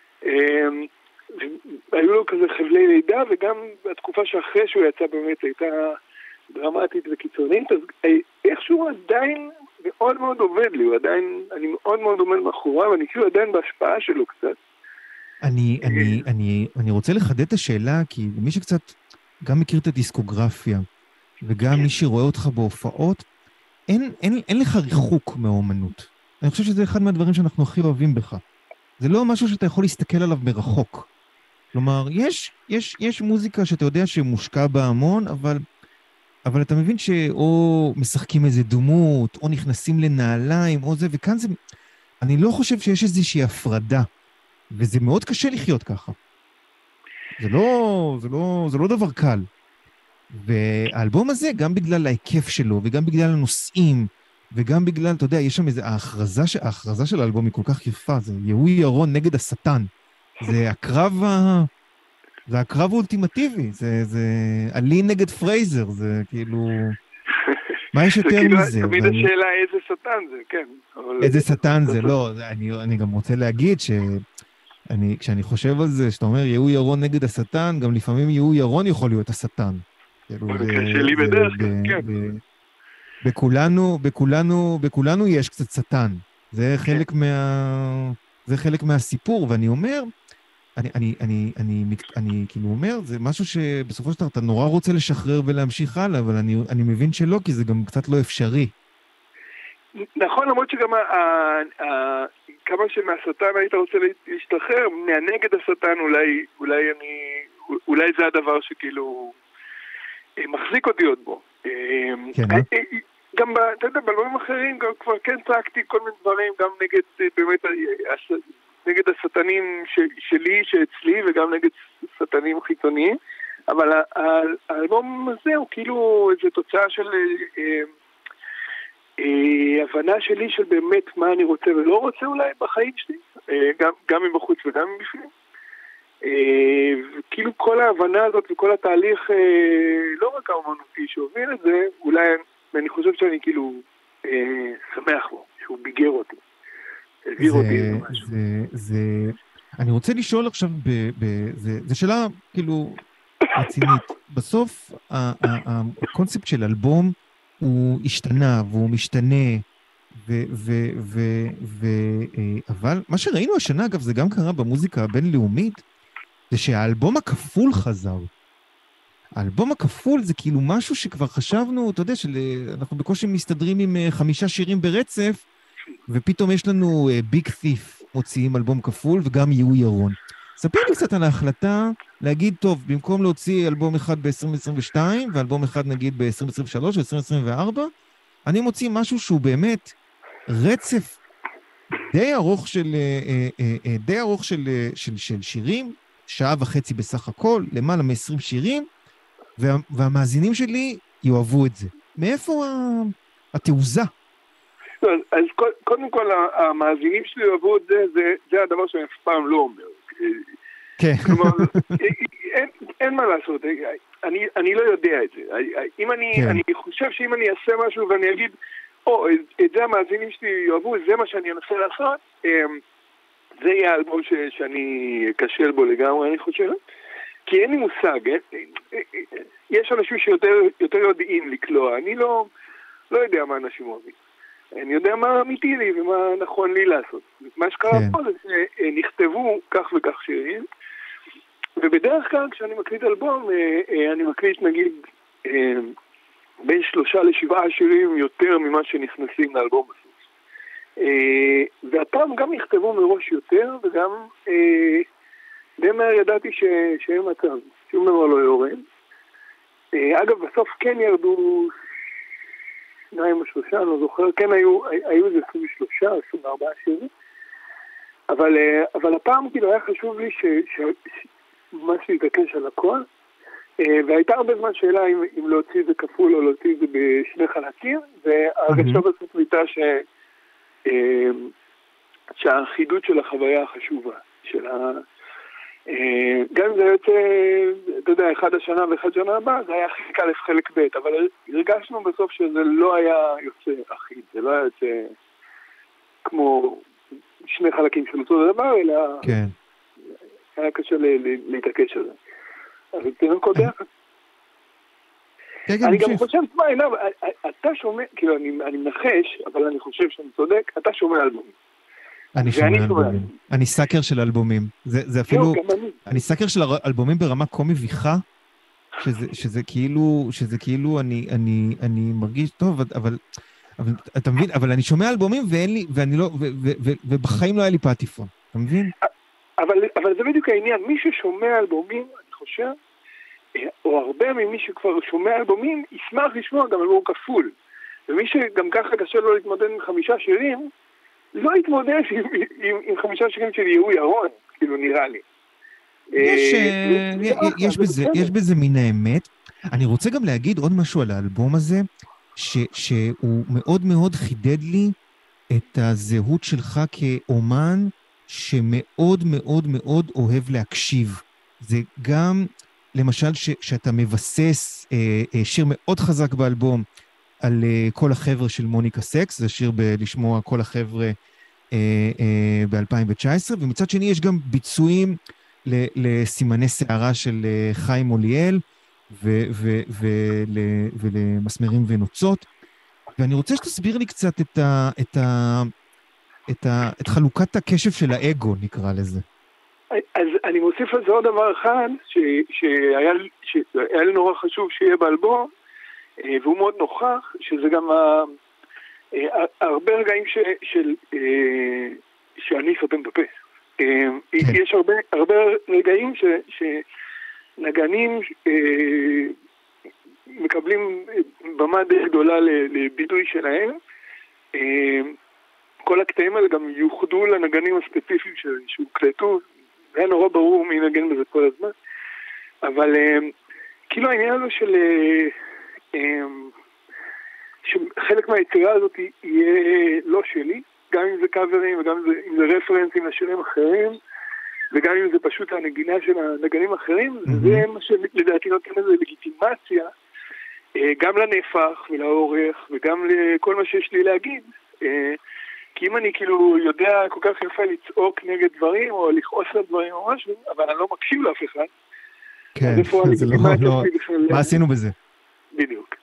היו לו כזה חבלי לידה, וגם בתקופה שאחרי שהוא יצא באמת הייתה דרמטית וקיצונית, אז איכשהו עדיין מאוד מאוד עובד לי, הוא עדיין, אני מאוד מאוד עומד מאחוריו, ואני כאילו עדיין בהשפעה שלו קצת. אני, אני, אני, אני רוצה לחדד את השאלה, כי מי שקצת גם מכיר את הדיסקוגרפיה, וגם מי שרואה אותך בהופעות, אין, אין, אין לך ריחוק מהאומנות. אני חושב שזה אחד מהדברים שאנחנו הכי אוהבים בך. זה לא משהו שאתה יכול להסתכל עליו מרחוק. כלומר, יש, יש, יש מוזיקה שאתה יודע שמושקע בה המון, אבל, אבל אתה מבין שאו משחקים איזה דמות, או נכנסים לנעליים, או זה, וכאן זה, אני לא חושב שיש איזושהי הפרדה, וזה מאוד קשה לחיות ככה. זה לא, זה לא, זה לא דבר קל. והאלבום הזה, גם בגלל ההיקף שלו, וגם בגלל הנושאים, וגם בגלל, אתה יודע, יש שם איזו, ההכרזה, ההכרזה של האלבום היא כל כך יפה, זה יהוי ירון נגד השטן. זה הקרב, זה הקרב האולטימטיבי, זה, זה עלי נגד פרייזר, זה כאילו, מה יש יותר מזה? תמיד השאלה איזה שטן זה, כן. איזה שטן זה, לא, אני, אני גם רוצה להגיד ש... אני, כשאני חושב על זה, שאתה אומר יהוי ירון נגד השטן, גם לפעמים יהוי ירון יכול להיות השטן. שלי בדרך כלל, כן. בכולנו, בכולנו, בכולנו יש קצת שטן. זה חלק מה, זה חלק מהסיפור, ואני אומר, אני, אני, אני, אני, אני כאילו אומר, זה משהו שבסופו של דבר אתה נורא רוצה לשחרר ולהמשיך הלאה, אבל אני, אני מבין שלא, כי זה גם קצת לא אפשרי. נכון, למרות שגם כמה שמהשטן היית רוצה להשתחרר, מהנגד השטן אולי, אולי אני, אולי זה הדבר שכאילו מחזיק אותי עוד בו. כן, גם, אתה יודע, בלבומים אחרים גם כבר כן צעקתי כל מיני דברים, גם נגד, באמת, נגד השטנים שלי, שאצלי, וגם נגד שטנים חיצוניים, אבל האלבום הזה הוא כאילו איזו תוצאה של הבנה שלי של באמת מה אני רוצה ולא רוצה אולי בחיים שלי, גם, גם מבחוץ וגם מבפנים. וכאילו כל ההבנה הזאת וכל התהליך, לא רק האומנותי שהוביל את זה, אולי אני חושב שאני כאילו שמח בו, שהוא ביגר אותי. העביר אותי איזה משהו. זה, זה, אני רוצה לשאול עכשיו, ב, ב, זה, זה שאלה כאילו רצינית. בסוף הקונספט של אלבום הוא השתנה והוא משתנה, ו, ו, ו, ו, אבל מה שראינו השנה, אגב, זה גם קרה במוזיקה הבינלאומית, זה שהאלבום הכפול חזר. האלבום הכפול זה כאילו משהו שכבר חשבנו, אתה יודע, שאנחנו בקושי מסתדרים עם חמישה שירים ברצף, ופתאום יש לנו ביג תיף מוציאים אלבום כפול, וגם יהוי ירון. ספר לי קצת על ההחלטה להגיד, טוב, במקום להוציא אלבום אחד ב-עשרים עשרים ושתיים, ואלבום אחד נגיד ב-עשרים עשרים ושלוש או עשרים עשרים וארבע, אני מוציא משהו שהוא באמת רצף די ארוך של, די ארוך של, של, של שירים, שעה וחצי בסך הכל, למעלה מ-עשרים שירים, וה, והמאזינים שלי יאהבו את זה. מאיפה התעוזה? אז, אז קודם כל, המאזינים שלי יאהבו את זה, זה, זה הדבר שאני אף פעם לא אומר. כן. כלומר, אין, אין מה לעשות, אני, אני לא יודע את זה. אם אני, כן. אני חושב שאם אני אעשה משהו ואני אגיד, או, את זה המאזינים שלי יאהבו, זה מה שאני אנסה לעשות, זה יהיה האלבום ש, שאני אקשל בו לגמרי, אני חושב. כי אין לי מושג, יש אנשים שיותר יותר יודעים לקלוע, אני לא, לא יודע מה אנשים אוהבים. אני יודע מה אמיתי לי ומה נכון לי לעשות. מה שקרה פה זה שנכתבו כך וכך שירים, ובדרך כלל כשאני מקליט אלבום, אני מקליט נגיד בין שלושה לשבעה שירים יותר ממה שנכנסים לאלבום בסוף. והפעם גם נכתבו מראש יותר, וגם די מהר ידעתי שאין מצב, שום דבר לא יורד. אגב, בסוף כן ירדו שניים או שלושה, אני לא זוכר, כן היו, היו איזה עשרים ושלושה, עשרים וארבעה שירים, אבל, אבל הפעם כאילו היה חשוב לי ש, ש, מה שהתעקש על הכל, והייתה הרבה זמן שאלה אם, אם להוציא את זה כפול או להוציא את זה בשני חלקים, והרגשה בסוף הייתה ש, שהאחידות של החוויה החשובה, של ה... גם אם זה יוצא, אתה יודע, אחד השנה ואחד שנה הבאה, זה היה חלק א' חלק ב', אבל הרגשנו בסוף שזה לא היה יוצא אחיד, זה לא היה יוצא כמו שני חלקים של אותו דבר, אלא כן. היה קשה להתעקש על זה. אז תראה כל דרך. אני גם חושב, תשמע, עיניו, אתה שומע, כאילו אני מנחש, אבל אני חושב שאני צודק, אתה שומע אלבומים. אני שומע אלבומים. אני סאקר של אלבומים. זה אפילו... אני סאקר של אלבומים ברמה כה מביכה, שזה כאילו, שזה כאילו, אני מרגיש טוב, אבל, אתה מבין? אבל אני שומע אלבומים ואין לי, ואני לא, ובחיים לא היה לי פטיפון. אתה מבין? אבל זה בדיוק העניין. מי ששומע אלבומים, אני חושב, או הרבה ממי שכבר שומע אלבומים, ישמח לשמוע גם אלבום כפול. ומי שגם ככה קשה לו להתמודד עם חמישה שירים, לא התמודד עם, עם, עם חמישה שירים של יהוי ירון, כאילו נראה לי. יש, יש בזה, יש בזה מן האמת. אני רוצה גם להגיד עוד משהו על האלבום הזה, ש, שהוא מאוד מאוד חידד לי את הזהות שלך כאומן שמאוד מאוד מאוד אוהב להקשיב. זה גם, למשל, ש, שאתה מבסס אה, אה, שיר מאוד חזק באלבום על אה, כל החבר'ה של מוניקה סקס, זה שיר בלשמוע כל החבר'ה אה, אה, ב-אלפיים תשע עשרה, ומצד שני יש גם ביצועים לסימני שערה של אה, חיים מוליאל, ו- ו- ו- ו- ולמסמרים ונוצות. ואני רוצה שתסביר לי קצת את, ה- את, ה- את, ה- את חלוקת הקשב של האגו, נקרא לזה. אז אני מוסיף על זה עוד דבר אחד, ש- שהיה, שהיה לי נורא חשוב שיהיה באלבום, והוא מאוד נוכח, שזה גם ה- הרבה רגעים ש- של, שאני סותם בפה. יש הרבה, הרבה רגעים ש... ש- נגנים אה, מקבלים במה די גדולה לביטוי שלהם. אה, כל הקטעים האלה גם יוחדו לנגנים הספציפיים שהוקלטו. זה היה נורא ברור מי נגן בזה כל הזמן. אבל אה, כאילו העניין הזה של אה, אה, שחלק מהיצירה הזאת יהיה לא שלי, גם אם זה קאברים וגם אם זה, אם זה רפרנסים לשירים אחרים, וגם אם זה פשוט הנגינה של הנגנים האחרים, mm-hmm. זה מה שלדעתי נותן איזו לגיטימציה, גם לנפח ולאורך, וגם לכל מה שיש לי להגיד. כי אם אני כאילו יודע כל כך יפה לצעוק נגד דברים, או לכעוס על דברים או משהו, אבל אני לא מקשיב לאף אחד. כן, זה לא, לא, מה עשינו בזה? בדיוק.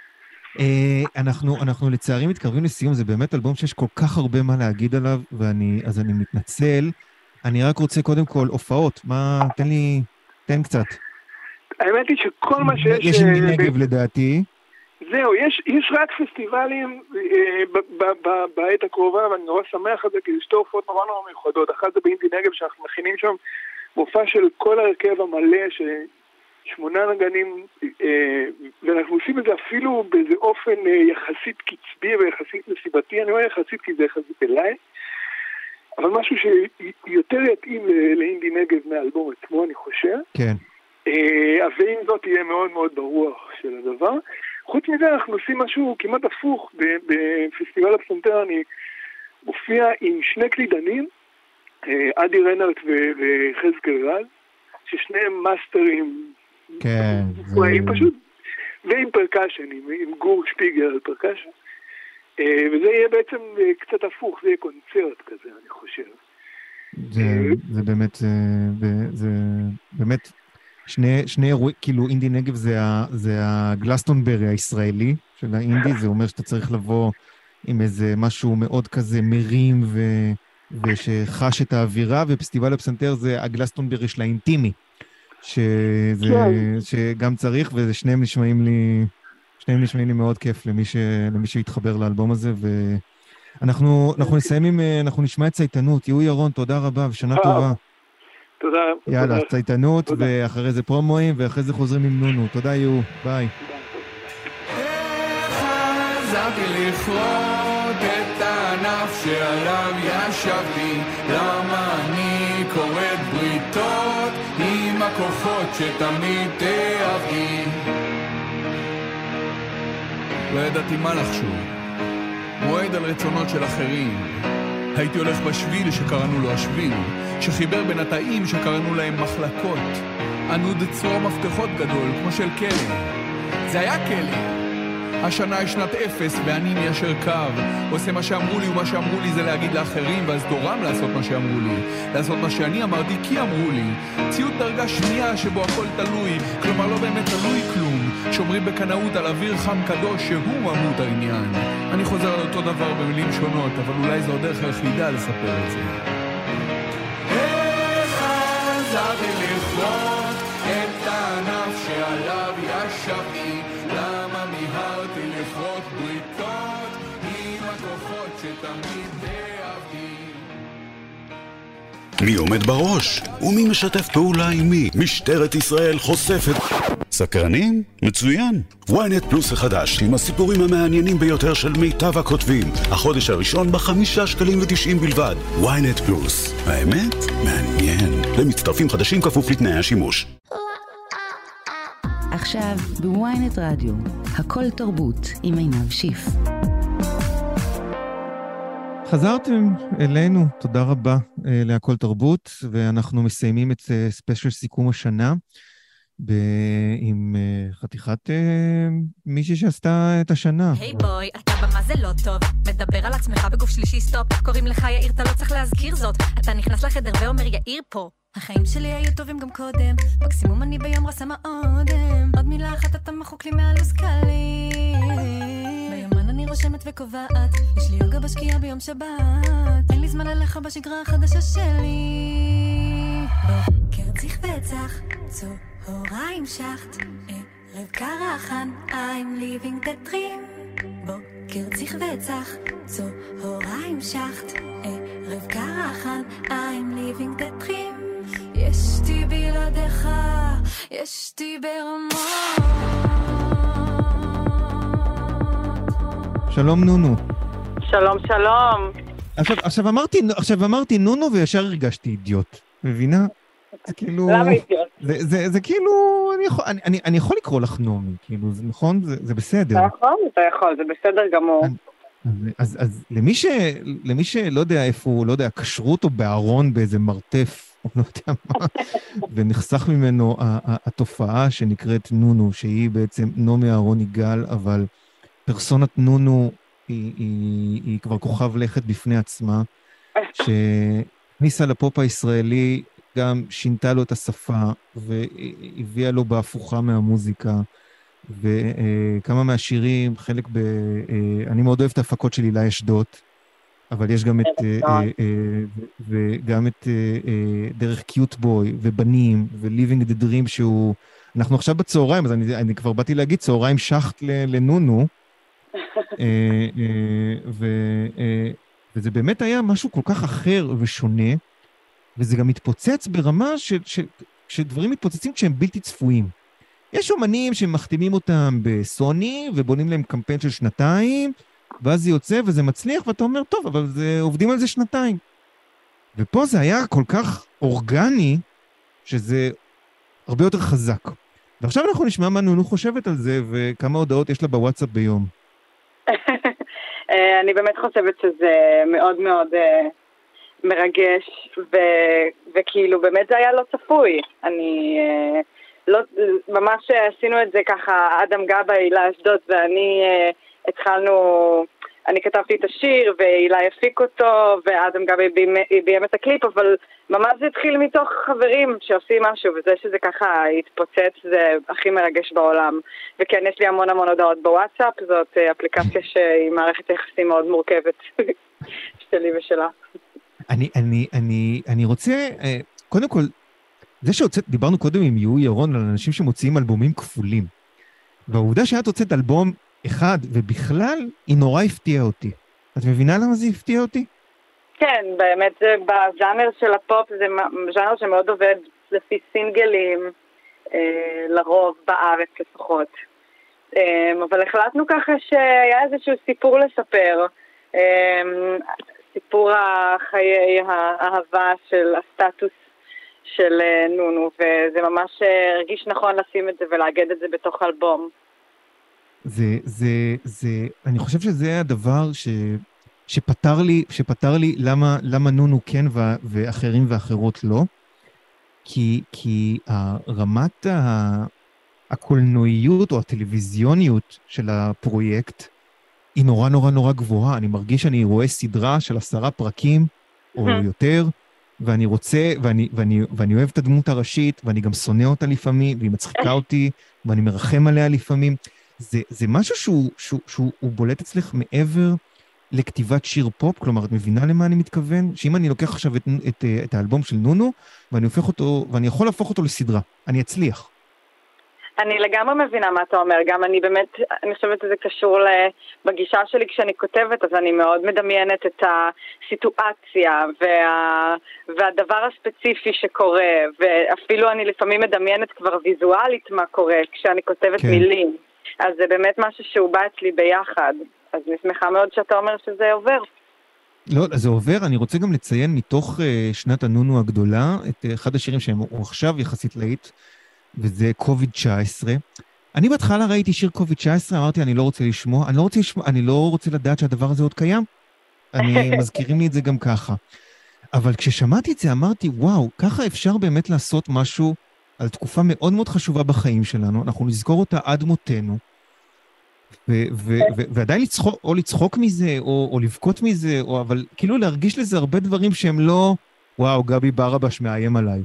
אנחנו, אנחנו לצערי מתקרבים לסיום, זה באמת אלבום שיש כל כך הרבה מה להגיד עליו, ואני, אז אני מתנצל. אני רק רוצה קודם כל הופעות, מה, תן לי, תן קצת. האמת היא שכל מה שיש... יש אינדי נגב לדעתי. זהו, יש, יש רק פסטיבלים אה, ב, ב, ב, בעת הקרובה, ואני נורא שמח על זה, כי זה שתי הופעות נורא נורא מיוחדות. אחת זה באינדי נגב, שאנחנו מכינים שם מופע של כל הרכב המלא, ששמונה נגנים, אה, ואנחנו עושים את זה אפילו באיזה אופן אה, יחסית קצבי ויחסית נסיבתי. אני אומר יחסית כי זה יחסית אליי. אבל משהו שיותר יתאים לאינדי נגב מהאלבום עצמו, אני חושב. כן. ועם זאת יהיה מאוד מאוד ברוח של הדבר. חוץ מזה אנחנו עושים משהו כמעט הפוך. בפסטיבל הפסנתר אני מופיע עם שני קלידנים, אדי רנרט וחזקאל רז, ששניהם מאסטרים. כן. פשוט, ועם פרקשן, עם גור שפיגר על פרקשן. וזה יהיה בעצם קצת הפוך, זה יהיה קונצרט כזה, אני חושב. זה, זה באמת, זה, זה באמת, שני, שני אירועים, כאילו אינדי נגב זה, זה הגלסטונברי הישראלי של האינדי, זה אומר שאתה צריך לבוא עם איזה משהו מאוד כזה מרים ו, ושחש את האווירה, ופסטיבל הפסנתר זה הגלסטונברי של האינטימי, שזה, שגם צריך, וזה שניהם נשמעים לי... שניהם נשמעים לי מאוד כיף למי ש... למי שהתחבר לאלבום הזה, ואנחנו אנחנו נסיים עם, אנחנו נשמע את צייתנות. יהוא ירון, תודה רבה ושנה טובה. תודה. יאללה, צייתנות, ואחרי זה פרומואים, ואחרי זה חוזרים עם נונו. תודה יהוא, ביי. איך חזרתי לכרות את הענף שעליו ישבתי, למה אני קוראת בריתות עם הכוחות שתמיד תאהבתי. לא ידעתי מה לחשוב, מועד על רצונות של אחרים. הייתי הולך בשביל שקראנו לו השביל, שחיבר בין התאים שקראנו להם מחלקות. ענוד צרור מפתחות גדול כמו של כלא. זה היה כלא. השנה היא שנת אפס ואני מיישר קו, עושה מה שאמרו לי, ומה שאמרו לי זה להגיד לאחרים, ואז דורם לעשות מה שאמרו לי, לעשות מה שאני אמרתי כי אמרו לי. ציוד דרגה שנייה שבו הכל תלוי, כלומר לא באמת תלוי כלום, שומרים בקנאות על אוויר חם קדוש שהוא מהות העניין. אני חוזר על אותו דבר במילים שונות, אבל אולי זו הדרך היחידה לספר את זה. איך חזרתי לכרות את הענף שעליו ישבתי, למה מיהרתי לכרות בריתות עם הכוחות שתמיד תאהבתי. מי עומד בראש? ומי משתף פעולה עם מי? משטרת ישראל חושפת. סקרנים? מצוין. וויינט פלוס החדש עם הסיפורים המעניינים ביותר של מיטב הכותבים. החודש הראשון בחמישה שקלים ותשעים בלבד. וויינט פלוס. האמת? מעניין. למצטרפים חדשים כפוף לתנאי השימוש. עכשיו בוויינט רדיו, הכל תרבות עם עינב שיף. חזרתם אלינו, תודה רבה להכל תרבות, ואנחנו מסיימים את ספיישל סיכום השנה עם חתיכת מישהי שעשתה את השנה. היי בוי, אתה במה זה לא טוב, מדבר על עצמך בגוף שלישי סטופ, קוראים לך יאיר, אתה לא צריך להזכיר זאת, אתה נכנס לחדר ואומר יאיר פה. החיים שלי היו טובים גם קודם, מקסימום אני ביום רסה מאודם, עוד מילה אחת אתה מחוק לי מהלוס קלי. ביומן אני רושמת וקובעת, יש לי יוגה בשקיעה ביום שבת, אין לי זמן אליך בשגרה החדשה שלי. בוקר צריך בצח, צהריים שחט, ערב קרחן, I'm living the dream. בוקר צריך בצח, צהריים שחט, ערב קרחן, I'm living the dream. ישתי בלעדיך, ישתי ברמות. שלום נונו. שלום שלום. עכשיו, עכשיו אמרתי, עכשיו אמרתי נונו וישר הרגשתי אידיוט. מבינה? זה כאילו... למה אידיוט? זה, זה, זה כאילו... אני יכול, אני, אני, אני יכול לקרוא לך נומי, כאילו, זה נכון? זה, זה בסדר. נכון, אתה יכול, זה בסדר גמור. אני, אז, אז למי ש, למי שלא יודע איפה, לא יודע, קשרו אותו בארון באיזה מרתף, או לא יודע מה, ונחסך ממנו התופעה שנקראת נונו, שהיא בעצם נומי אהרון יגאל, אבל פרסונת נונו היא, היא, היא כבר כוכב לכת בפני עצמה, שניסה לפופ הישראלי, גם שינתה לו את השפה, והביאה לו בהפוכה מהמוזיקה, וכמה מהשירים, חלק ב... אני מאוד אוהב את ההפקות של הילה אשדות, אבל יש גם את... וגם את דרך קיוט בוי, ובנים, ו-Living the Dream, שהוא... אנחנו עכשיו בצהריים, אז אני, אני כבר באתי להגיד, צהריים שחט לנונו, ו, וזה באמת היה משהו כל כך אחר ושונה, וזה גם מתפוצץ ברמה ש, ש, שדברים מתפוצצים כשהם בלתי צפויים. יש אומנים שמחתימים אותם בסוני, ובונים להם קמפיין של שנתיים, ואז זה יוצא וזה מצליח, ואתה אומר, טוב, אבל זה, עובדים על זה שנתיים. ופה זה היה כל כך אורגני, שזה הרבה יותר חזק. ועכשיו אנחנו נשמע מה נונו חושבת על זה, וכמה הודעות יש לה בוואטסאפ ביום. אני באמת חושבת שזה מאוד מאוד מרגש, וכאילו באמת זה היה לא צפוי. אני... לא, ממש עשינו את זה ככה, אדם גבאי, הילה אשדות ואני uh, התחלנו, אני כתבתי את השיר והילה הפיק אותו ואדם גבאי ביים את הקליפ, אבל ממש זה התחיל מתוך חברים שעושים משהו, וזה שזה ככה התפוצץ זה הכי מרגש בעולם. וכן, יש לי המון המון הודעות בוואטסאפ, זאת אפליקציה שהיא מערכת יחסים מאוד מורכבת שלי ושלה. אני, אני, אני, אני רוצה, קודם כל, זה שהוצאת, דיברנו קודם עם יהוא ירון על אנשים שמוציאים אלבומים כפולים. והעובדה שאת הוצאת אלבום אחד, ובכלל, היא נורא הפתיעה אותי. את מבינה למה זה הפתיע אותי? כן, באמת, זה בז'אנר של הפופ, זה ז'אנר שמאוד עובד לפי סינגלים, אה, לרוב בארץ לפחות. אה, אבל החלטנו ככה שהיה איזשהו סיפור לספר, אה, סיפור החיי האהבה של הסטטוס, של נונו, וזה ממש הרגיש נכון לשים את זה ולאגד את זה בתוך אלבום. זה, זה, זה, אני חושב שזה הדבר ש, שפתר לי, שפתר לי למה, למה נונו כן ו, ואחרים ואחרות לא, כי, כי הרמת הקולנועיות או הטלוויזיוניות של הפרויקט היא נורא נורא נורא גבוהה. אני מרגיש שאני רואה סדרה של עשרה פרקים או יותר, ואני רוצה, ואני, ואני, ואני אוהב את הדמות הראשית, ואני גם שונא אותה לפעמים, והיא מצחיקה אותי, ואני מרחם עליה לפעמים. זה, זה משהו שהוא, שהוא, שהוא, שהוא בולט אצלך מעבר לכתיבת שיר פופ, כלומר, את מבינה למה אני מתכוון? שאם אני לוקח עכשיו את, את, את האלבום של נונו, ואני הופך אותו, ואני יכול להפוך אותו לסדרה, אני אצליח. אני לגמרי מבינה מה אתה אומר, גם אני באמת, אני חושבת שזה קשור בגישה שלי כשאני כותבת, אז אני מאוד מדמיינת את הסיטואציה וה, והדבר הספציפי שקורה, ואפילו אני לפעמים מדמיינת כבר ויזואלית מה קורה כשאני כותבת כן. מילים, אז זה באמת משהו שהוא בא אצלי ביחד, אז אני שמחה מאוד שאתה אומר שזה עובר. לא, זה עובר. אני רוצה גם לציין מתוך uh, שנת הנונו הגדולה, את uh, אחד השירים שהם הוא עכשיו יחסית להיט, וזה קוביד תשע עשרה. אני בהתחלה ראיתי שיר קוביד תשע עשרה, אמרתי, אני לא רוצה לשמוע, אני לא רוצה לשמוע, אני לא רוצה לדעת שהדבר הזה עוד קיים. אני מזכירים לי את זה גם ככה. אבל כששמעתי את זה, אמרתי, וואו, ככה אפשר באמת לעשות משהו על תקופה מאוד מאוד חשובה בחיים שלנו, אנחנו נזכור אותה עד מותנו, ו- ו- ו- ועדיין לצחוק, או לצחוק מזה, או, או לבכות מזה, או, אבל כאילו להרגיש לזה הרבה דברים שהם לא, וואו, גבי ברבש מאיים עליי.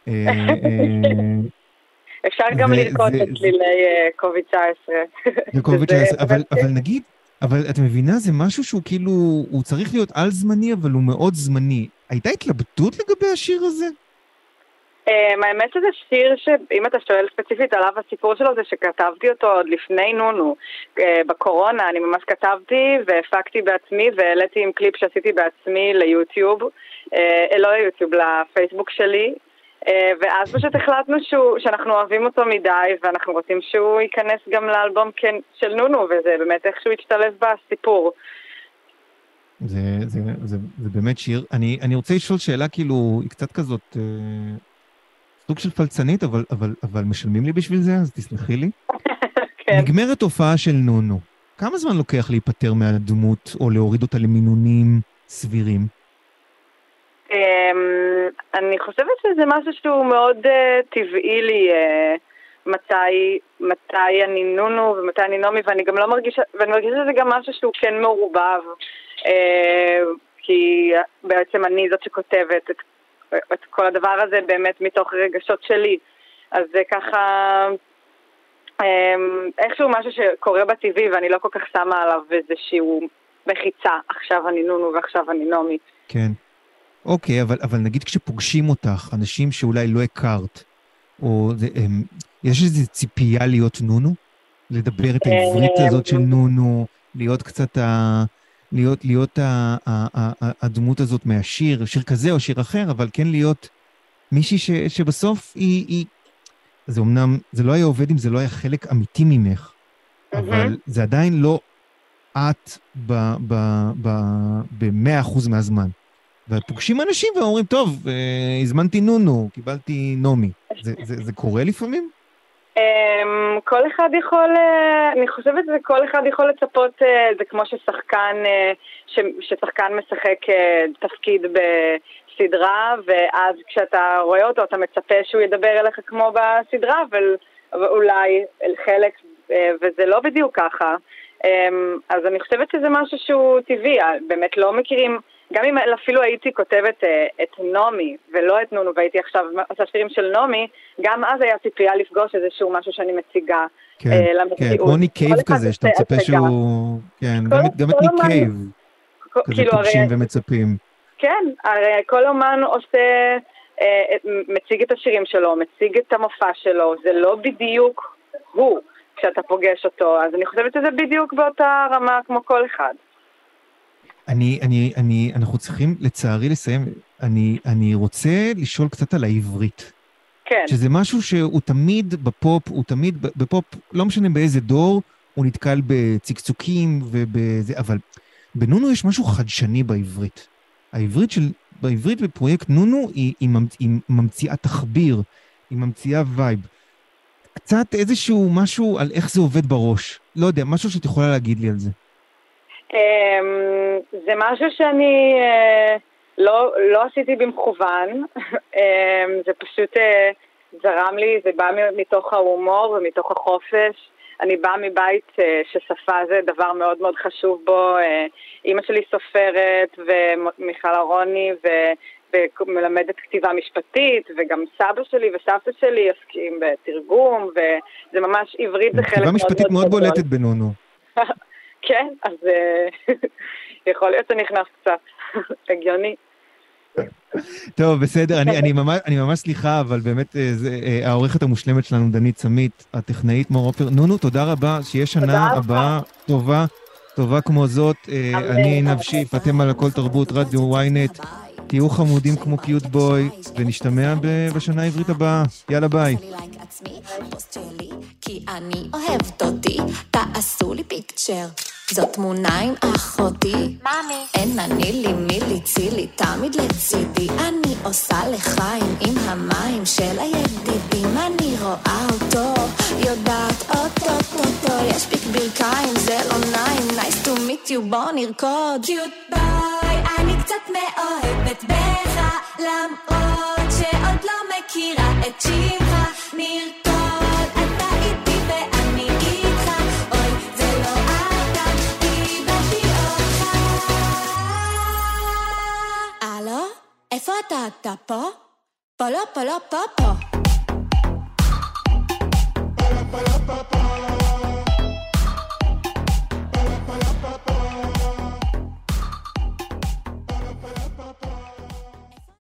אפשר גם לרקוד את צלילי קוביד תשע עשרה. קוביד תשע עשרה, אבל, אבל נגיד, אבל את מבינה, זה משהו שהוא כאילו, הוא צריך להיות על זמני, אבל הוא מאוד זמני. הייתה התלבטות לגבי השיר הזה? האמת שזה שיר שאם אתה שואל ספציפית עליו, הסיפור שלו זה שכתבתי אותו עוד לפני נונו. בקורונה אני ממש כתבתי והפקתי בעצמי והעליתי עם קליפ שעשיתי בעצמי ליוטיוב, לא ליוטיוב, לפייסבוק שלי, ואז פשוט החלטנו שהוא, שאנחנו אוהבים אותו מדי ואנחנו רוצים שהוא ייכנס גם לאלבום של נונו, וזה באמת איכשהו ישתלב בסיפור. זה, זה, זה, זה באמת שיר. אני, אני רוצה לשאול שאלה כאילו, היא קצת כזאת, אה, סוג של פלצנית, אבל, אבל, אבל משלמים לי בשביל זה, אז תסלחי לי. כן. נגמרת תופעה של נונו. כמה זמן לוקח להיפטר מהדמות, או להוריד אותה למינונים סבירים? אני חושבת שזה משהו שהוא מאוד טבעי לי, מתי, מתי אני נונו ומתי אני נומי, ואני גם לא מרגישה, ואני מרגישה שזה גם משהו שהוא כן מעורבב, כי בעצם אני זאת שכותבת את, את כל הדבר הזה באמת מתוך רגשות שלי, אז זה ככה איכשהו משהו שקורה בטבעי ואני לא כל כך שמה עליו איזשהו מחיצה, עכשיו אני נונו ועכשיו אני נומי. כן. אוקיי, אבל, אבל נגיד כשפוגשים אותך, אנשים שאולי לא הכרת, או זה, הם, יש איזו ציפייה להיות נונו? לדבר את העברית הזאת של נונו, להיות קצת ה... להיות, להיות ה, ה, ה, ה, הדמות הזאת מהשיר, שיר כזה או שיר אחר, אבל כן להיות מישהי ש, שבסוף היא, היא... זה אמנם, זה לא היה עובד אם זה לא היה חלק אמיתי ממך, אבל זה עדיין לא את ב-מאה אחוז מהזמן. ופוגשים אנשים ואומרים, טוב, הזמנתי נונו, קיבלתי נומי. זה, זה, זה קורה לפעמים? כל אחד יכול, אני חושבת שזה כל אחד יכול לצפות, זה כמו ששחקן, ששחקן משחק תפקיד בסדרה, ואז כשאתה רואה אותו, אתה מצפה שהוא ידבר אליך כמו בסדרה, אבל אולי חלק, וזה לא בדיוק ככה. אז אני חושבת שזה משהו שהוא טבעי, באמת לא מכירים, גם אם אפילו הייתי כותבת את נומי ולא את נונו והייתי עכשיו עושה שירים של נומי, גם אז היה ציפייה לפגוש איזשהו משהו שאני מציגה למציאות. כן, כמו ניק קייב כזה, שאתה מצפה שהוא... כן, גם את ניק קייב כזה פוגשים ומצפים. כן, הרי כל אומן עושה, מציג את השירים שלו, מציג את המופע שלו, זה לא בדיוק הוא כשאתה פוגש אותו, אז אני חושבת שזה בדיוק באותה רמה כמו כל אחד. אני, אני, אני, אנחנו צריכים לצערי לסיים, אני, אני רוצה לשאול קצת על העברית. כן. שזה משהו שהוא תמיד בפופ, הוא תמיד בפופ, לא משנה באיזה דור, הוא נתקל בצקצוקים ובזה, אבל בנונו יש משהו חדשני בעברית. העברית של, בעברית בפרויקט נונו היא, היא, ממצ, היא ממציאה תחביר, היא ממציאה וייב. קצת איזשהו משהו על איך זה עובד בראש. לא יודע, משהו שאת יכולה להגיד לי על זה. זה משהו שאני לא, לא עשיתי במכוון, זה פשוט זרם לי, זה בא מתוך ההומור ומתוך החופש. אני באה מבית ששפה זה דבר מאוד מאוד חשוב בו, אמא שלי סופרת ומיכל ארוני ומלמדת כתיבה משפטית, וגם סבא שלי וסבתא שלי עסקים בתרגום, וזה ממש עברית, זה חלק מאוד מאוד... כתיבה משפטית מאוד בולטת בנונו. כן, אז יכול להיות שנכנס קצת, הגיוני. טוב, בסדר, אני, אני ממש, אני ממש סליחה, אבל באמת, זה, העורכת המושלמת שלנו, דנית סמית, הטכנאית מור אופר. נונו, תודה רבה, שיהיה שנה הבאה טובה, טובה כמו זאת. אני נבשיף, אתם על הכל תרבות, רדיו וויינט. תהיו חמודים כמו קיוט בוי, ונשתמע בשנה העברית הבאה. יאללה, ביי. כי אני אוהבת אותי, תעשו לי פיקצ'ר. זאת תמונה עם אחותי, מאמי. אין אני לי מי ליצילי, תמיד לצידי. אני עושה לחיים עם המים של הידידים. אני רואה אותו, יודעת אותו, אותו. יש פיק ברכיים, זה לא נעים. Nice to meet you, בוא נרקוד. Cute boy, אני קצת מאוהבת בך, למרות שעוד לא מכירה את שמך. נרקוד, אתה איתי ואני איתך. אוי, זה לא אתה, איבדתי אותך. הלו? איפה אתה? אתה פה? פה לא, פה לא, פה פה.